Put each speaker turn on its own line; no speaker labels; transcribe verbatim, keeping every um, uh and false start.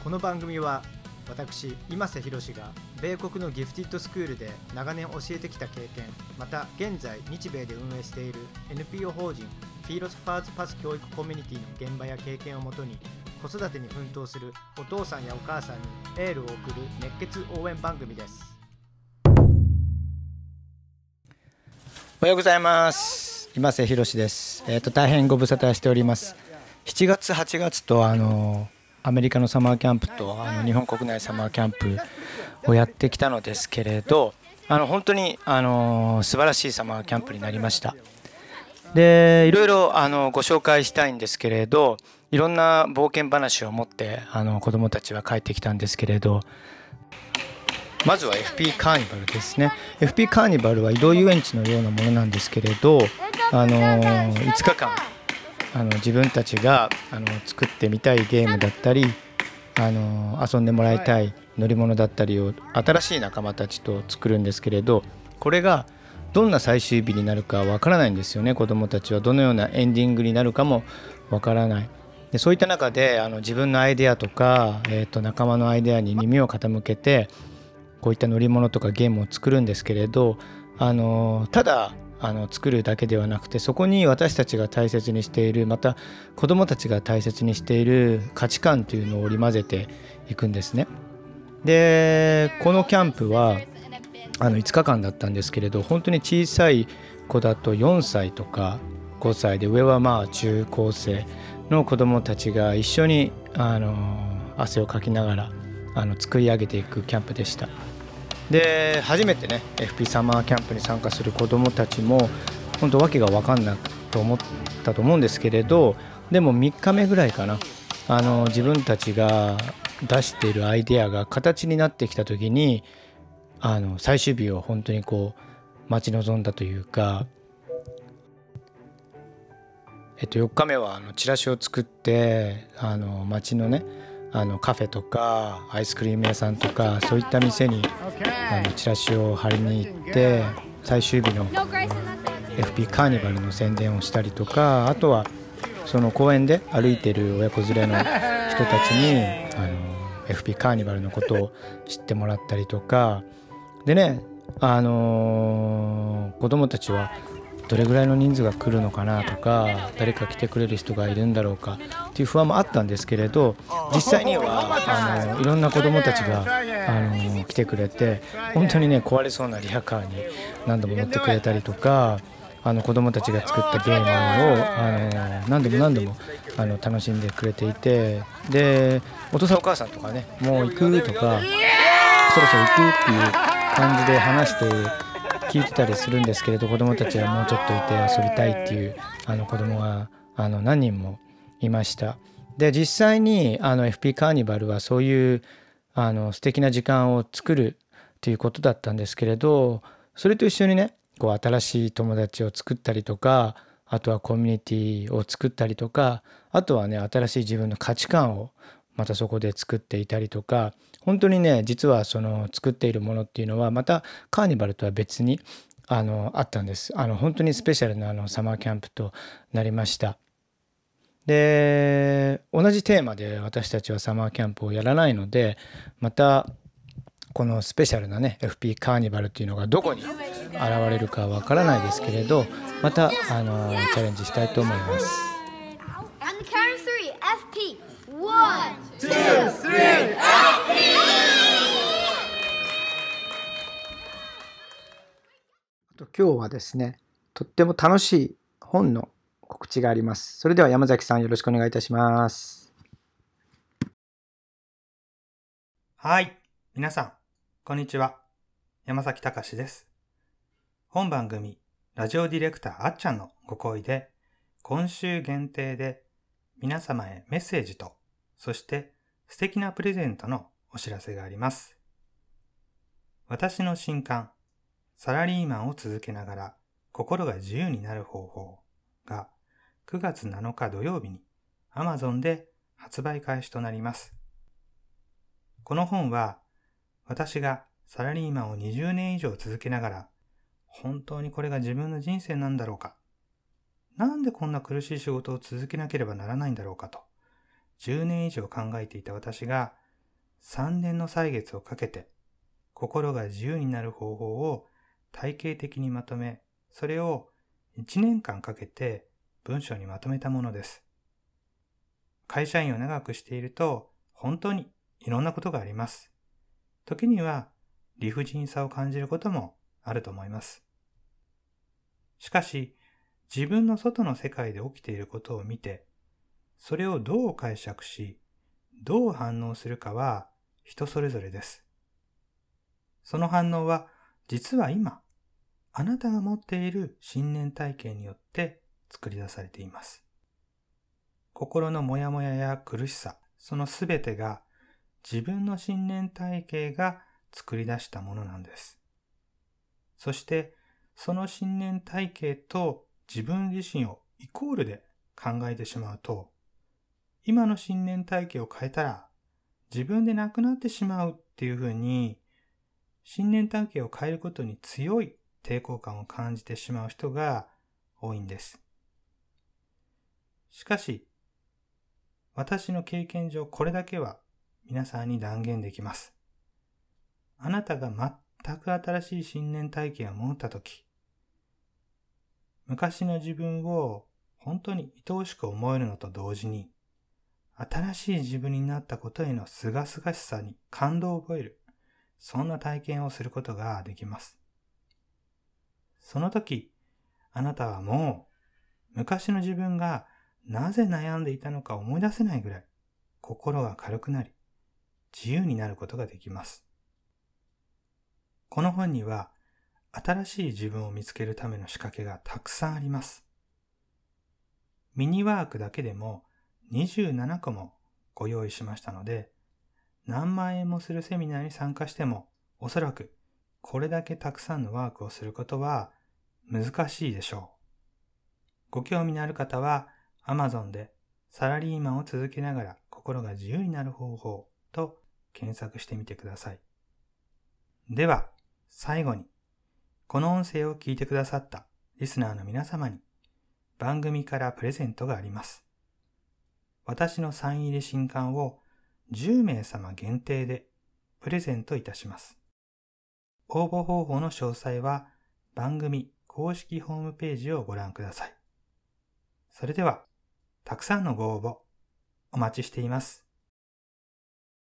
この番組は私今瀬博が米国のギフティッドスクールで長年教えてきた経験、また現在日米で運営している エヌピーオー 法人フィーロスファーズパス教育コミュニティの現場や経験をもとに子育てに奮闘するお父さんやお母さんにエールを送る熱血応援番組です。おはようございます。今瀬博です。えーと大変ご無沙汰しております。しちがつはちがつとあのアメリカのサマーキャンプとあの日本国内サマーキャンプをやってきたのですけれど、あの本当にあの素晴らしいサマーキャンプになりました。でいろいろあのご紹介したいんですけれど、いろんな冒険話を持ってあの子どもたちは帰ってきたんですけれど、まずは エフピー カーニバルですね。 エフピー カーニバルは移動遊園地のようなものなんですけれど、あのいつかかんあの自分たちがあの作ってみたいゲームだったり、あの遊んでもらいたい乗り物だったりを新しい仲間たちと作るんですけれど、これがどんな最終日になるかわからないんですよね。子どもたちはどのようなエンディングになるかもわからない。でそういった中であの自分のアイデアとか、えーと仲間のアイデアに耳を傾けてこういった乗り物とかゲームを作るんですけれど、あのただあの作るだけではなくて、そこに私たちが大切にしている、また子どもたちが大切にしている価値観というのを織り交ぜていくんですね。でこのキャンプはあのいつかかんだったんですけれど、本当に小さい子だとよんさいとかごさいで、上はまあ中高生の子どもたちが一緒にあの汗をかきながらあの作り上げていくキャンプでした。で初めてね エフピー サマーキャンプに参加する子どもたちも本当わけが分かんないと思ったと思うんですけれど、でもみっかめぐらいかな、あの自分たちが出しているアイデアが形になってきた時に、あの最終日を本当にこう待ち望んだというか、えっと、よっかめはあのチラシを作って、あの街のねあのカフェとかアイスクリーム屋さんとかそういった店にあのチラシを貼りに行って、最終日の エフピー カーニバルの宣伝をしたりとか、あとはその公園で歩いてる親子連れの人たちにあの エフピー カーニバルのことを知ってもらったりとかでね、あのー、子どもたちはどれぐらいの人数が来るのかなとか、誰か来てくれる人がいるんだろうかっていう不安もあったんですけれど、実際にはあのいろんな子どもたちがあの来てくれて、本当にね壊れそうなリアカーに何度も乗ってくれたりとか、あの子どもたちが作ったゲームをあの何度も何度もあの楽しんでくれていて、でお父さんお母さんとかね、もう行くとかそろそろ行くっていう感じで話して聞いてたりするんですけれど、子どもたちはもうちょっといて遊びたいっていうあの子どもがあの何人もいました。で実際にあの エフピー カーニバルはそういうあの素敵な時間を作るということだったんですけれど、それと一緒にねこう新しい友達を作ったりとか、あとはコミュニティを作ったりとか、あとはね新しい自分の価値観をまたそこで作っていたりとか、本当にね実はその作っているものっていうのはまたカーニバルとは別にあのあったんです。あの本当にスペシャルなあのサマーキャンプとなりました。で同じテーマで私たちはサマーキャンプをやらないので、またこのスペシャルなね エフピー カーニバルっていうのがどこに現れるかわからないですけれど、またあのチャレンジしたいと思います。今日はですね、とっても楽しい本の告知があります。それでは山崎さん、よろしくお願いいたします。
はい、皆さんこんにちは。山崎隆です。本番組ラジオディレクターあっちゃんのご好意で、今週限定で皆様へメッセージと、そして素敵なプレゼントのお知らせがあります。私の新刊サラリーマンを続けながら心が自由になる方法がくがつなのか土曜日に Amazon で発売開始となります。この本は私がサラリーマンをにじゅうねん以上続けながら、本当にこれが自分の人生なんだろうか、なんでこんな苦しい仕事を続けなければならないんだろうかとじゅうねん以上考えていた私がさんねんの歳月をかけて心が自由になる方法を体系的にまとめ、それをいちねんかんかけて文章にまとめたものです。会社員を長くしていると本当にいろんなことがあります。時には理不尽さを感じることもあると思います。しかし、自分の外の世界で起きていることを見て、それをどう解釈し、どう反応するかは人それぞれです。その反応は実は今、あなたが持っている信念体系によって作り出されています。心のモヤモヤや苦しさ、そのすべてが自分の信念体系が作り出したものなんです。そしてその信念体系と自分自身をイコールで考えてしまうと、今の信念体系を変えたら自分でなくなってしまうっていうふうに、信念体系を変えることに強い抵抗感を感じてしまう人が多いんです。しかし、私の経験上これだけは皆さんに断言できます。あなたが全く新しい信念体系を持ったとき、昔の自分を本当に愛おしく思えるのと同時に、新しい自分になったことへの清々しさに感動を覚える、そんな体験をすることができます。その時、あなたはもう昔の自分がなぜ悩んでいたのか思い出せないぐらい心が軽くなり、自由になることができます。この本には新しい自分を見つけるための仕掛けがたくさんあります。ミニワークだけでもにじゅうななこもご用意しましたので、何万円もするセミナーに参加しても、おそらくこれだけたくさんのワークをすることは難しいでしょう。ご興味のある方は Amazon でサラリーマンを続けながら心が自由になる方法と検索してみてください。では、最後に、この音声を聞いてくださったリスナーの皆様に番組からプレゼントがあります。私のサイン入り新刊をじゅうめいさま限定でプレゼントいたします。応募方法の詳細は番組公式ホームページをご覧ください。それでは、たくさんのご応募お待ちしています。